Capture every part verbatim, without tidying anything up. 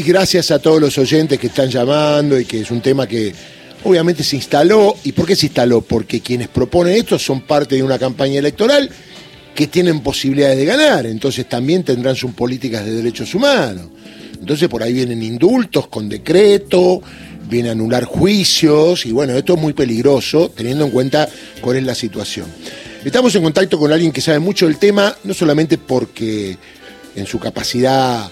gracias a todos los oyentes que están llamando y que es un tema que obviamente se instaló. ¿Y por qué se instaló? Porque quienes proponen esto son parte de una campaña electoral que tienen posibilidades de ganar, entonces también tendrán sus políticas de derechos humanos. Entonces por ahí vienen indultos con decreto, viene a anular juicios, y bueno, esto es muy peligroso teniendo en cuenta cuál es la situación. Estamos en contacto con alguien que sabe mucho del tema, no solamente porque en su capacidad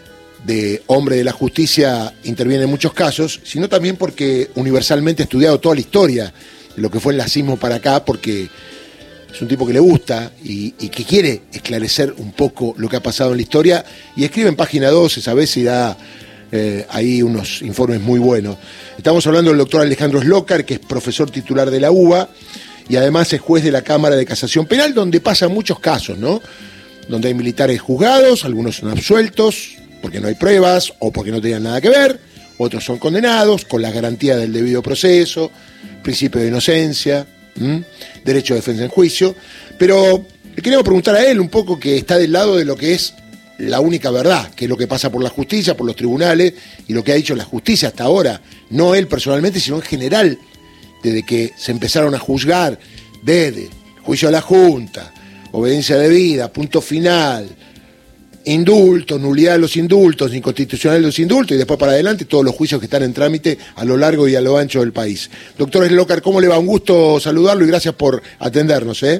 de hombre de la justicia interviene en muchos casos, sino también porque universalmente ha estudiado toda la historia de lo que fue el nazismo para acá, porque es un tipo que le gusta y, y que quiere esclarecer un poco lo que ha pasado en la historia, y escribe en Página doce, a veces, y da eh, ahí unos informes muy buenos. Estamos hablando del doctor Alejandro Slokar, que es profesor titular de la U B A, y además es juez de la Cámara de Casación Penal, donde pasan muchos casos, ¿no? Donde hay militares juzgados, algunos son absueltos porque no hay pruebas o porque no tenían nada que ver, otros son condenados con la garantía del debido proceso, principio de inocencia, ¿m? derecho de defensa en juicio. Pero le queremos preguntar a él un poco, que está del lado de lo que es la única verdad, que es lo que pasa por la justicia, por los tribunales, y lo que ha dicho la justicia hasta ahora, no él personalmente, sino en general, desde que se empezaron a juzgar, desde juicio a la Junta, obediencia debida, punto final, indultos, nulidad de los indultos, inconstitucional de los indultos, y después para adelante todos los juicios que están en trámite a lo largo y a lo ancho del país. Doctor Slokar, ¿cómo le va? Un gusto saludarlo y gracias por atendernos, ¿eh?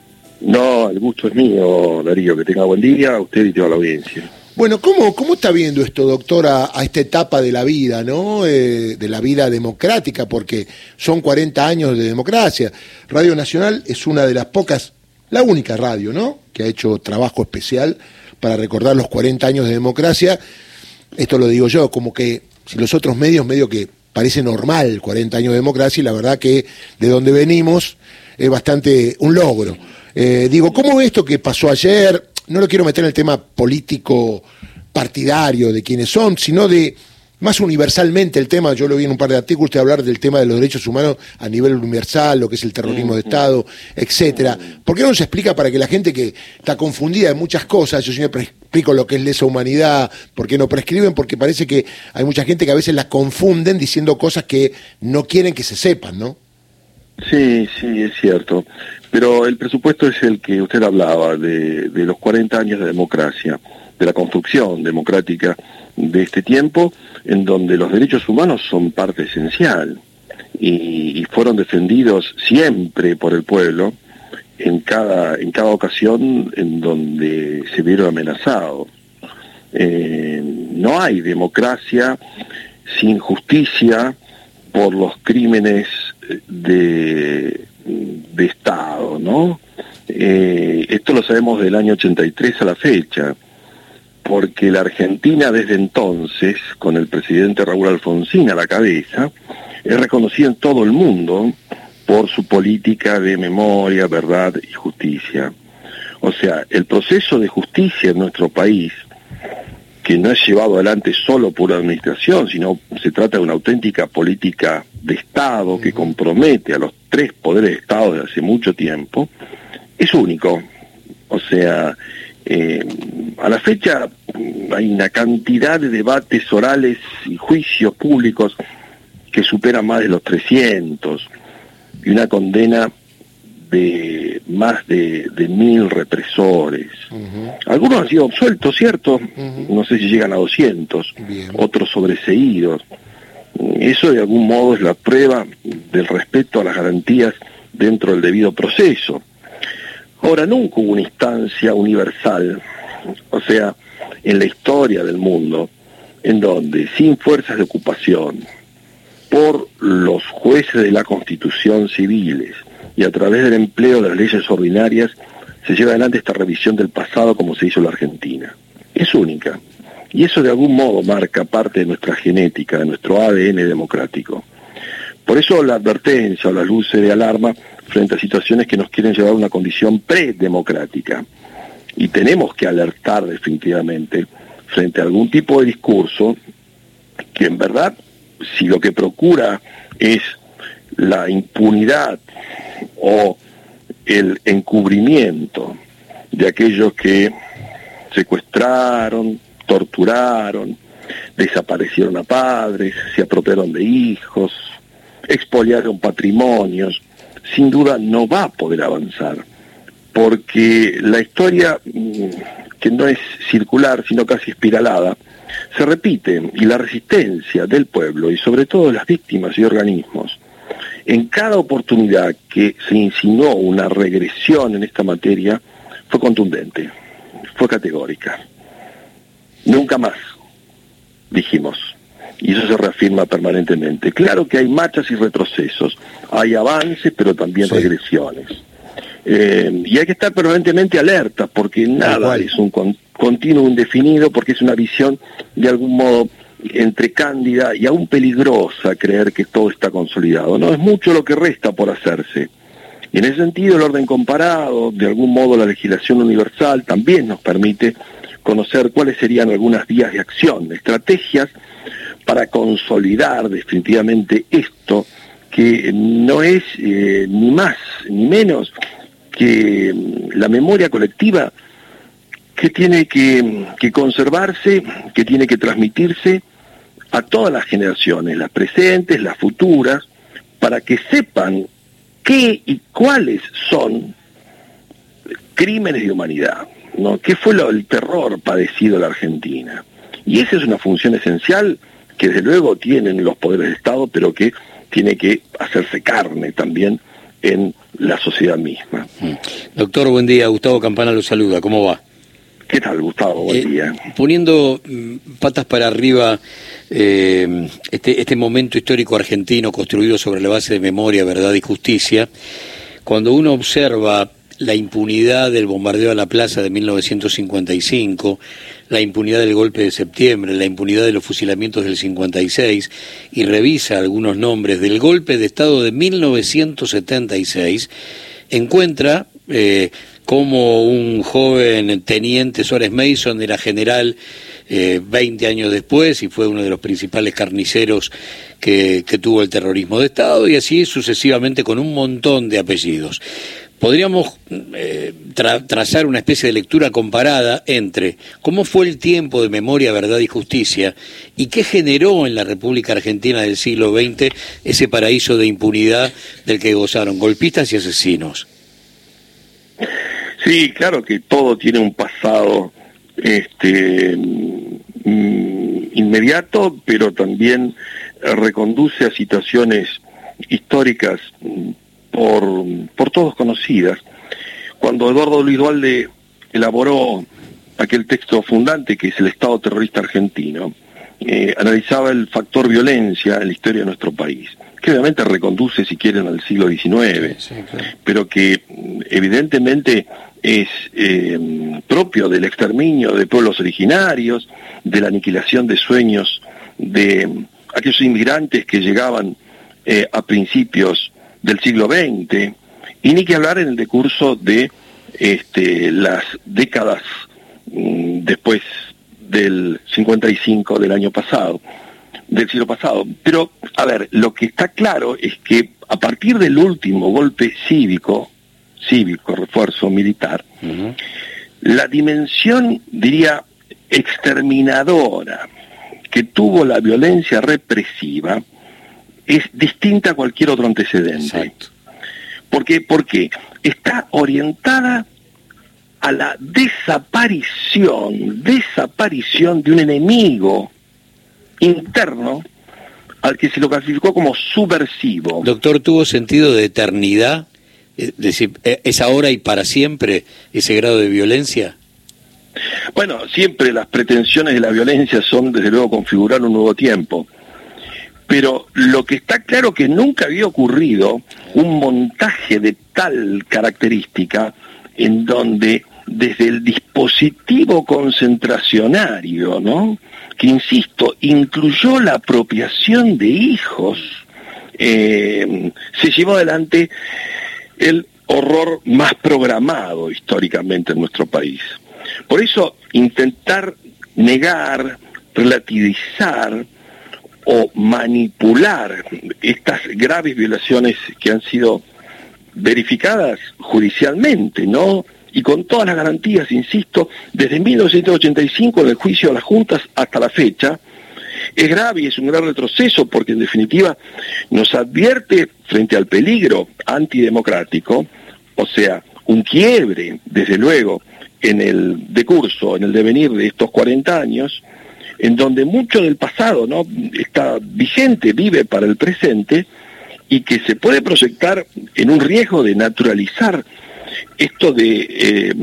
No, el gusto es mío, Darío, que tenga buen día, a usted y toda la audiencia. Bueno, ¿cómo, cómo está viendo esto, doctor, a, a esta etapa de la vida, ¿no? Eh, de la vida democrática, porque son cuarenta años de democracia. Radio Nacional es una de las pocas, la única radio, ¿no?, que ha hecho trabajo especial para recordar los cuarenta años de democracia. Esto lo digo yo, como que si los otros medios, medio que parece normal, cuarenta años de democracia, y la verdad que de donde venimos es bastante un logro. Eh, digo, ¿cómo es esto que pasó ayer? No lo quiero meter en el tema político partidario de quiénes son, sino de más universalmente el tema. Yo lo vi en un par de artículos, usted hablar del tema de los derechos humanos a nivel universal, lo que es el terrorismo de Estado, etcétera. ¿Por qué no se explica, para que la gente que está confundida en muchas cosas, yo siempre explico lo que es lesa humanidad, por qué no prescriben? Porque parece que hay mucha gente que a veces las confunden diciendo cosas que no quieren que se sepan, ¿no? Sí, sí, es cierto. Pero el presupuesto es el que usted hablaba, de, de los cuarenta años de democracia, de la construcción democrática de este tiempo, en donde los derechos humanos son parte esencial y, y fueron defendidos siempre por el pueblo en cada, en cada ocasión en donde se vieron amenazados. Eh, no hay democracia sin justicia por los crímenes de, de Estado, ¿no? Eh, esto lo sabemos del año ochenta y tres a la fecha, porque la Argentina desde entonces, con el presidente Raúl Alfonsín a la cabeza, es reconocida en todo el mundo por su política de memoria, verdad y justicia. O sea, el proceso de justicia en nuestro país, que no es llevado adelante solo por la administración, sino se trata de una auténtica política de Estado que compromete a los tres poderes de Estado desde hace mucho tiempo, es único. O sea, eh, a la fecha hay una cantidad de debates orales y juicios públicos que superan más de los trescientos, y una condena de más de, de mil represores. Uh-huh. Algunos han sido absueltos, ¿cierto? Uh-huh. No sé si llegan a doscientos. Bien. Otros sobreseídos. Eso de algún modo es la prueba del respeto a las garantías dentro del debido proceso. Ahora, nunca hubo una instancia universal, o sea, en la historia del mundo, en donde, sin fuerzas de ocupación, por los jueces de la Constitución civiles y a través del empleo de las leyes ordinarias, se lleva adelante esta revisión del pasado como se hizo en la Argentina. Es única. Y eso de algún modo marca parte de nuestra genética, de nuestro A D N democrático. Por eso la advertencia o las luces de alarma frente a situaciones que nos quieren llevar a una condición predemocrática. Y tenemos que alertar definitivamente frente a algún tipo de discurso que en verdad, si lo que procura es la impunidad o el encubrimiento de aquellos que secuestraron, torturaron, desaparecieron a padres, se apropiaron de hijos, expoliaron patrimonios, sin duda no va a poder avanzar, porque la historia, que no es circular, sino casi espiralada, se repite, y la resistencia del pueblo, y sobre todo de las víctimas y organismos, en cada oportunidad que se insinuó una regresión en esta materia, fue contundente, fue categórica. Nunca más, dijimos, y eso se reafirma permanentemente. Claro que hay marchas y retrocesos, hay avances, pero también sí. regresiones. Eh, y hay que estar permanentemente alerta, porque nada es un con, continuo indefinido, porque es una visión de algún modo entre cándida y aún peligrosa creer que todo está consolidado. No, es mucho lo que resta por hacerse. Y en ese sentido, el orden comparado, de algún modo la legislación universal, también nos permite conocer cuáles serían algunas vías de acción, estrategias para consolidar definitivamente esto, que no es eh, ni más ni menos que la memoria colectiva que tiene que, que conservarse, que tiene que transmitirse a todas las generaciones, las presentes, las futuras, para que sepan qué y cuáles son crímenes de humanidad, ¿no? ¿Qué fue lo, el terror padecido en la Argentina? Y esa es una función esencial que desde luego tienen los poderes de Estado, pero que tiene que hacerse carne también en la sociedad misma. Doctor, buen día. Gustavo Campana lo saluda. ¿Cómo va? ¿Qué tal, Gustavo? Buen eh, día. Poniendo patas para arriba eh, este, este momento histórico argentino construido sobre la base de memoria, verdad y justicia, cuando uno observa la impunidad del bombardeo a la plaza de mil novecientos cincuenta y cinco, la impunidad del golpe de septiembre, la impunidad de los fusilamientos del cincuenta y seis, y revisa algunos nombres del golpe de Estado de mil novecientos setenta y seis, encuentra eh, como un joven teniente, Suárez Mason, era general eh, veinte años después y fue uno de los principales carniceros que, que tuvo el terrorismo de Estado, y así sucesivamente con un montón de apellidos. Podríamos eh, tra trazar una especie de lectura comparada entre cómo fue el tiempo de memoria, verdad y justicia y qué generó en la República Argentina del siglo veinte ese paraíso de impunidad del que gozaron golpistas y asesinos. Sí, claro que todo tiene un pasado este, mm, inmediato, pero también reconduce a situaciones históricas por, por todos conocidas. Cuando Eduardo Luis Duhalde elaboró aquel texto fundante que es el Estado terrorista argentino, eh, analizaba el factor violencia en la historia de nuestro país, que obviamente reconduce, si quieren, al siglo diecinueve, sí, sí, claro. Pero que evidentemente es eh, propio del exterminio de pueblos originarios, de la aniquilación de sueños de aquellos inmigrantes que llegaban eh, a principios del siglo veinte, y ni que hablar en el decurso de este, las décadas mm, después del cincuenta y cinco del año pasado, del siglo pasado. Pero, a ver, lo que está claro es que a partir del último golpe cívico, cívico, refuerzo militar, uh-huh. la dimensión, diría, exterminadora que tuvo la violencia represiva es distinta a cualquier otro antecedente. Exacto. ¿Por qué? Porque está orientada a la desaparición, desaparición de un enemigo interno al que se lo clasificó como subversivo. Doctor, ¿tuvo sentido de eternidad? Es decir, ¿es ahora y para siempre ese grado de violencia? Bueno, siempre las pretensiones de la violencia son, desde luego, configurar un nuevo tiempo. Pero lo que está claro que nunca había ocurrido un montaje de tal característica en donde desde el dispositivo concentracionario, ¿no?, que, insisto, incluyó la apropiación de hijos, eh, se llevó adelante el horror más programado históricamente en nuestro país. Por eso, intentar negar, relativizar o manipular estas graves violaciones que han sido verificadas judicialmente, ¿no?, y con todas las garantías, insisto, desde mil novecientos ochenta y cinco en el juicio de las juntas hasta la fecha, Es grave y es un gran retroceso porque en definitiva nos advierte frente al peligro antidemocrático, o sea, un quiebre, desde luego, en el decurso, en el devenir de estos cuarenta años, en donde mucho del pasado, ¿no?, está vigente, vive para el presente, y que se puede proyectar en un riesgo de naturalizar esto de eh,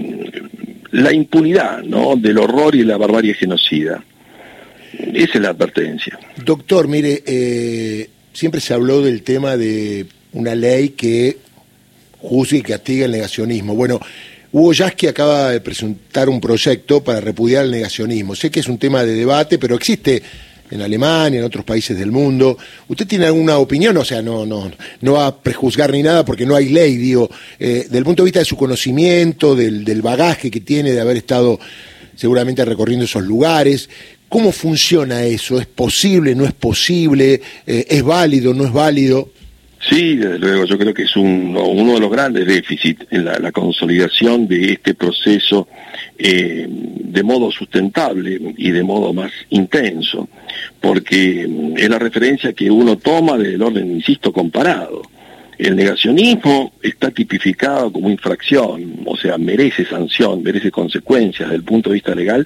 la impunidad, ¿no?, del horror y la barbarie genocida. Esa es la advertencia. Doctor, mire, eh, siempre se habló del tema de una ley que juzgue y castigue el negacionismo. Bueno, Hugo Yasky acaba de presentar un proyecto para repudiar el negacionismo. Sé que es un tema de debate, pero existe en Alemania, en otros países del mundo. ¿Usted tiene alguna opinión? O sea, no no no va a prejuzgar ni nada porque no hay ley, digo, eh, del punto de vista de su conocimiento, del, del bagaje que tiene de haber estado seguramente recorriendo esos lugares. ¿Cómo funciona eso? ¿Es posible, no es posible? Eh, ¿Es válido, no es válido? Sí, desde luego, yo creo que es un, uno de los grandes déficits en la, la consolidación de este proceso eh, de modo sustentable y de modo más intenso, porque es la referencia que uno toma del orden, insisto, comparado. El negacionismo está tipificado como infracción, o sea, merece sanción, merece consecuencias desde el punto de vista legal,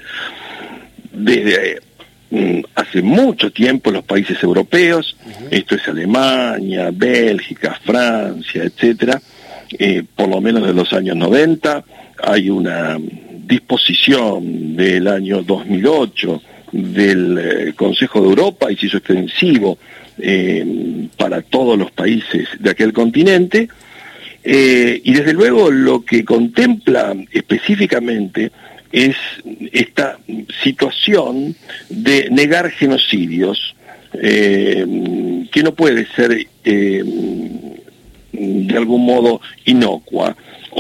desde hace mucho tiempo en los países europeos. Uh-huh. Esto es Alemania, Bélgica, Francia, etcétera. Eh, por lo menos de los años noventa hay una disposición del año dos mil ocho del eh, Consejo de Europa y se hizo extensivo eh, para todos los países de aquel continente. Eh, y desde luego lo que contempla específicamente es esta situación de negar genocidios, eh, que no puede ser eh, de algún modo inocua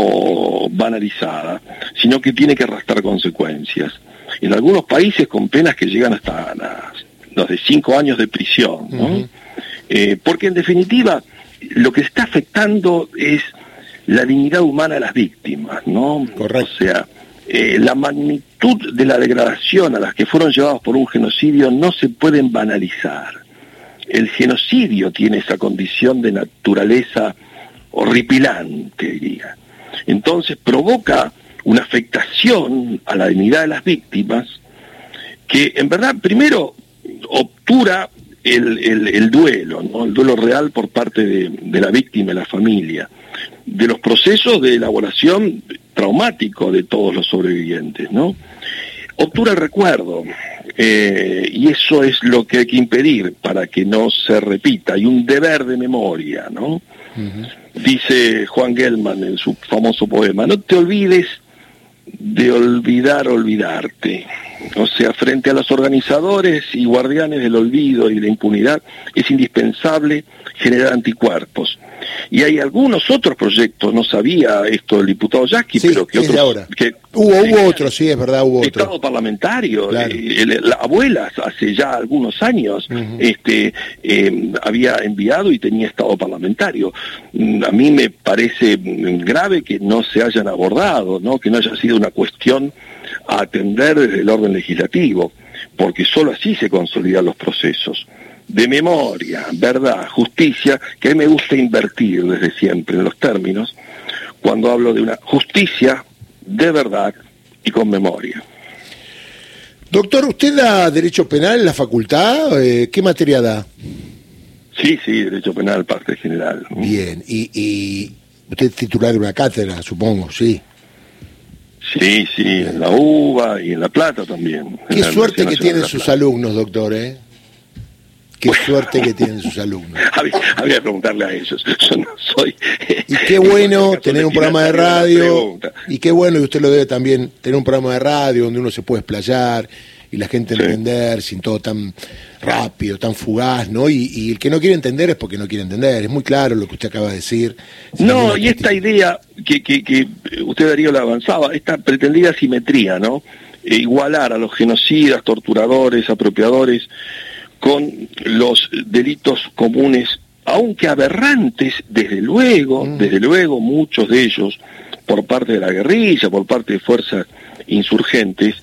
o banalizada, sino que tiene que arrastrar consecuencias. En algunos países con penas que llegan hasta las, los de cinco años de prisión, ¿no? Uh-huh. eh, porque en definitiva lo que está afectando es la dignidad humana de las víctimas, ¿no? Correcto. O sea, Eh, la magnitud de la degradación a las que fueron llevados por un genocidio no se pueden banalizar. El genocidio tiene esa condición de naturaleza horripilante, diría. Entonces provoca una afectación a la dignidad de las víctimas que en verdad primero obtura el, el, el duelo, ¿no?, el duelo real por parte de, de la víctima y la familia, de los procesos de elaboración traumático de todos los sobrevivientes, ¿no? Obtura el recuerdo, eh, y eso es lo que hay que impedir para que no se repita. Hay un deber de memoria, ¿no? Uh-huh. Dice Juan Gelman en su famoso poema: no te olvides de olvidar olvidarte. O sea, frente a los organizadores y guardianes del olvido y de la impunidad, es indispensable generar anticuerpos. Y hay algunos otros proyectos, no sabía esto el diputado Yasky, sí, pero que otros... ahora. Que, hubo hubo otros, sí, es verdad, hubo otro. Estado parlamentario, claro. eh, el, la abuelas hace ya algunos años uh-huh. este eh, había enviado y tenía estado parlamentario. A mí me parece grave que no se hayan abordado, ¿no?, que no haya sido una cuestión a atender desde el orden legislativo, porque solo así se consolidan los procesos de memoria, verdad, justicia, que a mí me gusta invertir desde siempre en los términos, cuando hablo de una justicia de verdad y con memoria. Doctor, ¿usted da Derecho Penal en la facultad? Eh, ¿Qué materia da? Sí, sí, Derecho Penal, parte general. Bien, y, y usted es titular de una cátedra, supongo, sí. Sí, sí, en la UBA y en La Plata también. Qué suerte que tienen sus alumnos, doctor, ¿eh? Qué bueno. Suerte que tienen sus alumnos. Había, había que preguntarle a ellos, yo no soy... Y qué bueno tener un programa de radio, y qué bueno, y usted lo debe también, tener un programa de radio donde uno se puede explayar y la gente sí. entender sin todo tan rápido, tan fugaz, ¿no? Y, y el que no quiere entender es porque no quiere entender, es muy claro lo que usted acaba de decir. No, y esta idea que, que, que usted, Darío, la avanzaba, esta pretendida simetría, ¿no? E igualar a los genocidas, torturadores, apropiadores, con los delitos comunes, aunque aberrantes, desde luego, mm. desde luego, muchos de ellos, por parte de la guerrilla, por parte de fuerzas insurgentes,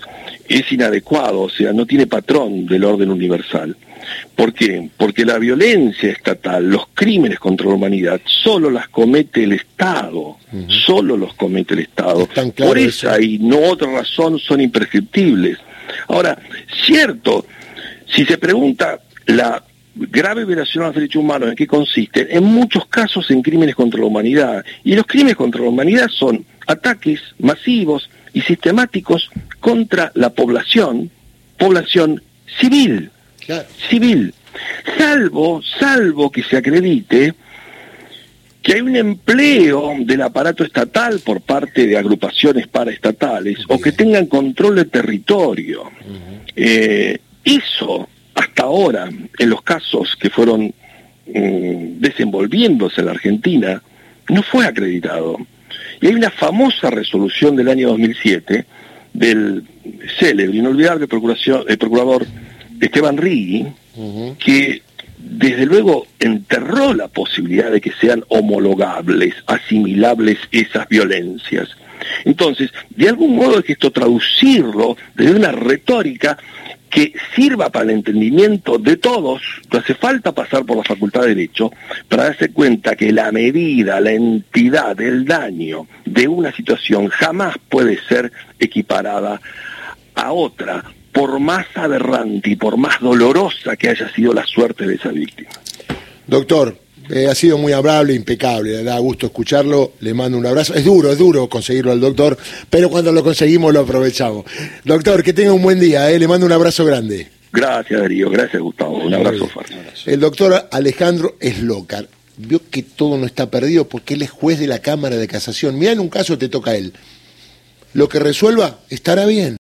es inadecuado, o sea, no tiene patrón del orden universal. ¿Por qué? Porque la violencia estatal, los crímenes contra la humanidad, solo las comete el Estado, uh-huh. solo los comete el Estado. Claro. Por esa eso. Y no otra razón son imprescriptibles. Ahora, cierto, si se pregunta la grave violación a los derechos humanos en qué consiste, en muchos casos en crímenes contra la humanidad, y los crímenes contra la humanidad son ataques masivos y sistemáticos contra la población, población civil. Claro. Civil, salvo, salvo que se acredite que hay un empleo del aparato estatal por parte de agrupaciones paraestatales Bien. O que tengan control del territorio. Uh-huh. Eh, eso, hasta ahora, en los casos que fueron um, desenvolviéndose en la Argentina, no fue acreditado. Y hay una famosa resolución del año dos mil siete del célebre, inolvidable procuración, el procurador Esteban Rigui, uh-huh. que desde luego enterró la posibilidad de que sean homologables, asimilables esas violencias. Entonces, de algún modo hay que esto traducirlo desde una retórica que sirva para el entendimiento de todos. No hace falta pasar por la Facultad de Derecho para darse cuenta que la medida, la entidad del daño de una situación jamás puede ser equiparada a otra, por más aberrante y por más dolorosa que haya sido la suerte de esa víctima. Doctor, eh, ha sido muy amable, impecable, le da gusto escucharlo, le mando un abrazo. Es duro, es duro conseguirlo al doctor, pero cuando lo conseguimos lo aprovechamos. Doctor, que tenga un buen día, eh, le mando un abrazo grande. Gracias, Darío, gracias, Gustavo, un abrazo fuerte. El doctor Alejandro Slokar vio que todo no está perdido porque él es juez de la Cámara de Casación. Mirá, en un caso te toca a él. Lo que resuelva estará bien.